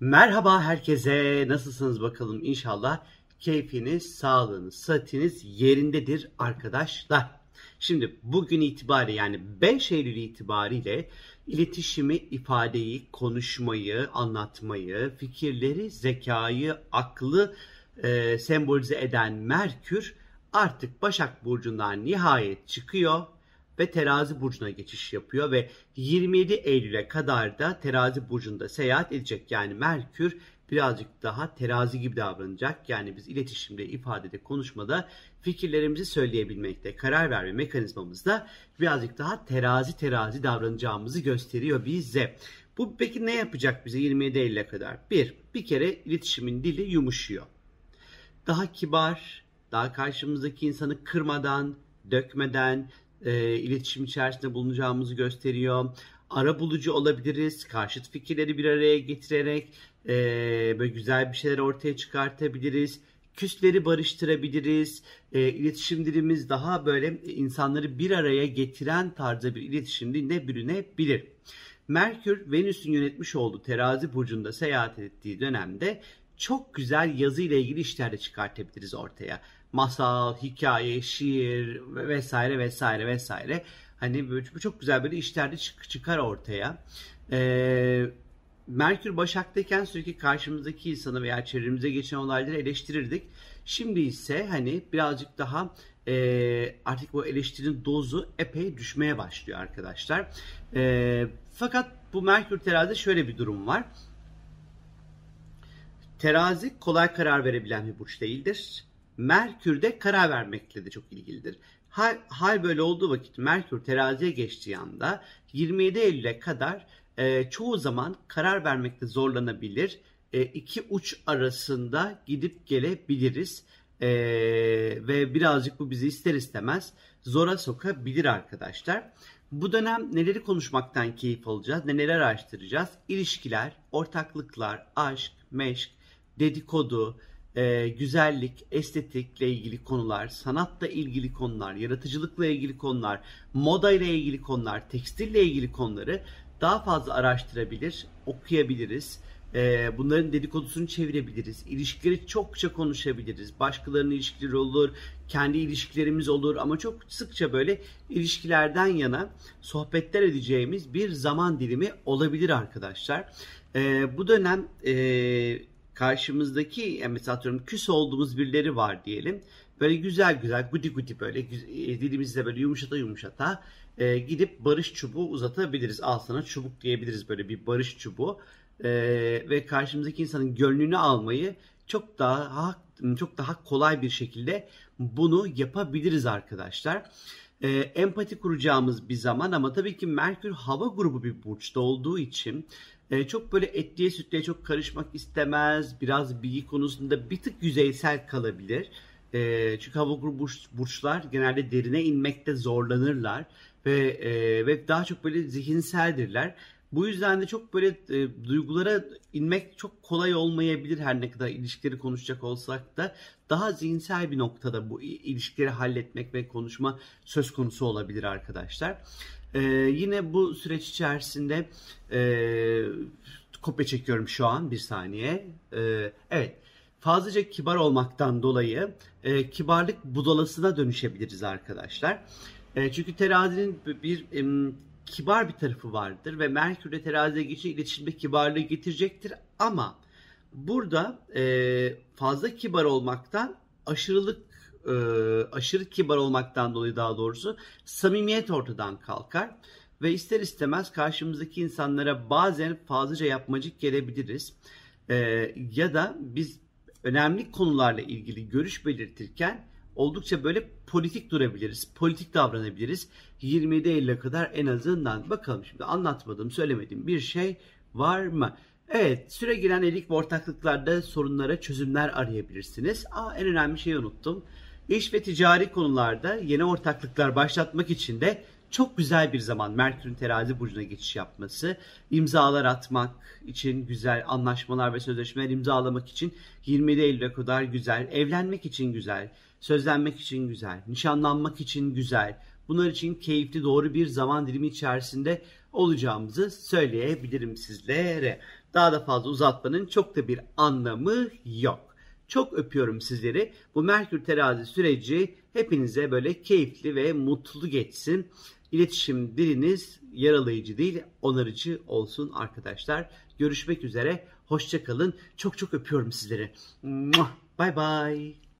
Merhaba herkese. Nasılsınız bakalım? İnşallah keyfiniz, sağlığınız, sıhhatiniz yerindedir arkadaşlar. Şimdi bugün itibariyle yani 5 Eylül itibariyle iletişimi, ifadeyi, konuşmayı, anlatmayı, fikirleri, zekayı, aklı sembolize eden Merkür artık Başak Burcu'ndan nihayet çıkıyor ve Terazi Burcu'na geçiş yapıyor ve 27 Eylül'e kadar da Terazi Burcu'nda seyahat edecek. Yani Merkür birazcık daha terazi gibi davranacak. Yani biz iletişimde, ifadede, konuşmada fikirlerimizi söyleyebilmekte, karar verme mekanizmamızda birazcık daha terazi davranacağımızı gösteriyor bize. Bu peki ne yapacak bize 27 Eylül'e kadar? Bir kere iletişimin dili yumuşuyor. Daha kibar, daha karşımızdaki insanı kırmadan, dökmeden, iletişim içerisinde bulunacağımızı gösteriyor. Arabulucu olabiliriz. Karşıt fikirleri bir araya getirerek böyle güzel bir şeyler ortaya çıkartabiliriz. Küsleri barıştırabiliriz. İletişim dilimiz daha böyle insanları bir araya getiren tarzda bir iletişim diline bürünebilir. Merkür, Venüs'ün yönetmiş olduğu Terazi Burcu'nda seyahat ettiği dönemde çok güzel yazı ile ilgili işler de çıkartabiliriz ortaya. Masal, hikaye, şiir vesaire vesaire vesaire. Hani böyle çok güzel böyle işler de çıkar ortaya. Merkür Başak'tayken sürekli karşımızdaki insanı veya çevremize geçen olayları eleştirirdik. Şimdi ise hani birazcık daha artık bu eleştirinin dozu epey düşmeye başlıyor arkadaşlar. Fakat bu Merkür Terazi'de şöyle bir durum var. Terazi kolay karar verebilen bir burç değildir. Merkür de karar vermekle de çok ilgilidir. Hal böyle olduğu vakit Merkür teraziye geçtiği anda 27 Eylül'e kadar çoğu zaman karar vermekte zorlanabilir. İki uç arasında gidip gelebiliriz. Ve birazcık bu bizi ister istemez zora sokabilir arkadaşlar. Bu dönem neleri konuşmaktan keyif alacağız, neleri araştıracağız? İlişkiler, ortaklıklar, aşk, meşk, dedikodu, güzellik, estetikle ilgili konular, sanatla ilgili konular, yaratıcılıkla ilgile konular, moda ile ilgili konular, tekstille ilgili konuları daha fazla araştırabilir, okuyabiliriz. Bunların dedikodusunu çevirebiliriz. İlişkileri çokça konuşabiliriz. Başkalarının ilişkileri olur, kendi ilişkilerimiz olur ama çok sıkça böyle ilişkilerden yana sohbetler edeceğimiz bir zaman dilimi olabilir arkadaşlar. Bu dönem karşımızdaki yani mesela atıyorum küs olduğumuz birileri var diyelim. Böyle güzel gudi böyle dilimizle böyle yumuşata gidip barış çubuğu uzatabiliriz. Al sana çubuk diyebiliriz, böyle bir barış çubuğu. Ve karşımızdaki insanın gönlünü almayı çok daha kolay bir şekilde bunu yapabiliriz arkadaşlar. Empati kuracağımız bir zaman ama tabii ki Merkür hava grubu bir burçta olduğu için çok böyle etliye sütlüye çok karışmak istemez. Biraz bilgi konusunda bir tık yüzeysel kalabilir. Çünkü hava grubu burçlar genelde derine inmekte zorlanırlar ve daha çok böyle zihinseldirler. Bu yüzden de çok böyle duygulara inmek çok kolay olmayabilir, her ne kadar ilişkileri konuşacak olsak da daha zihinsel bir noktada bu ilişkileri halletmek ve konuşma söz konusu olabilir arkadaşlar. Yine bu süreç içerisinde kopya çekiyorum şu an, bir saniye. Evet, fazlaca kibar olmaktan dolayı kibarlık budalasına dönüşebiliriz arkadaşlar. Çünkü terazinin bir kibar bir tarafı vardır ve Merkür de teraziye geçince iletişimde kibarlığı getirecektir ama burada fazla kibar olmaktan aşırı kibar olmaktan dolayı daha doğrusu samimiyet ortadan kalkar ve ister istemez karşımızdaki insanlara bazen fazlaca yapmacık gelebiliriz. Ya da biz önemli konularla ilgili görüş belirtirken oldukça böyle politik durabiliriz, politik davranabiliriz. 27 Eylül'e kadar en azından. Bakalım şimdi anlatmadığım, söylemediğim bir şey var mı? Evet, süre gelen evlilik ve ortaklıklarda sorunlara çözümler arayabilirsiniz. En önemli şeyi unuttum. İş ve ticari konularda yeni ortaklıklar başlatmak için de çok güzel bir zaman. Merkür'ün terazi burcuna geçiş yapması, imzalar atmak için güzel, anlaşmalar ve sözleşmeler imzalamak için 27 Eylül'e kadar güzel, evlenmek için güzel, sözlenmek için güzel, nişanlanmak için güzel. Bunlar için keyifli, doğru bir zaman dilimi içerisinde olacağımızı söyleyebilirim sizlere. Daha da fazla uzatmanın çok da bir anlamı yok. Çok öpüyorum sizleri. Bu Merkür terazi süreci hepinize böyle keyifli ve mutlu geçsin. İletişim diliniz yaralayıcı değil, onarıcı olsun arkadaşlar. Görüşmek üzere. Hoşça kalın. Çok çok öpüyorum sizleri. Bye bye.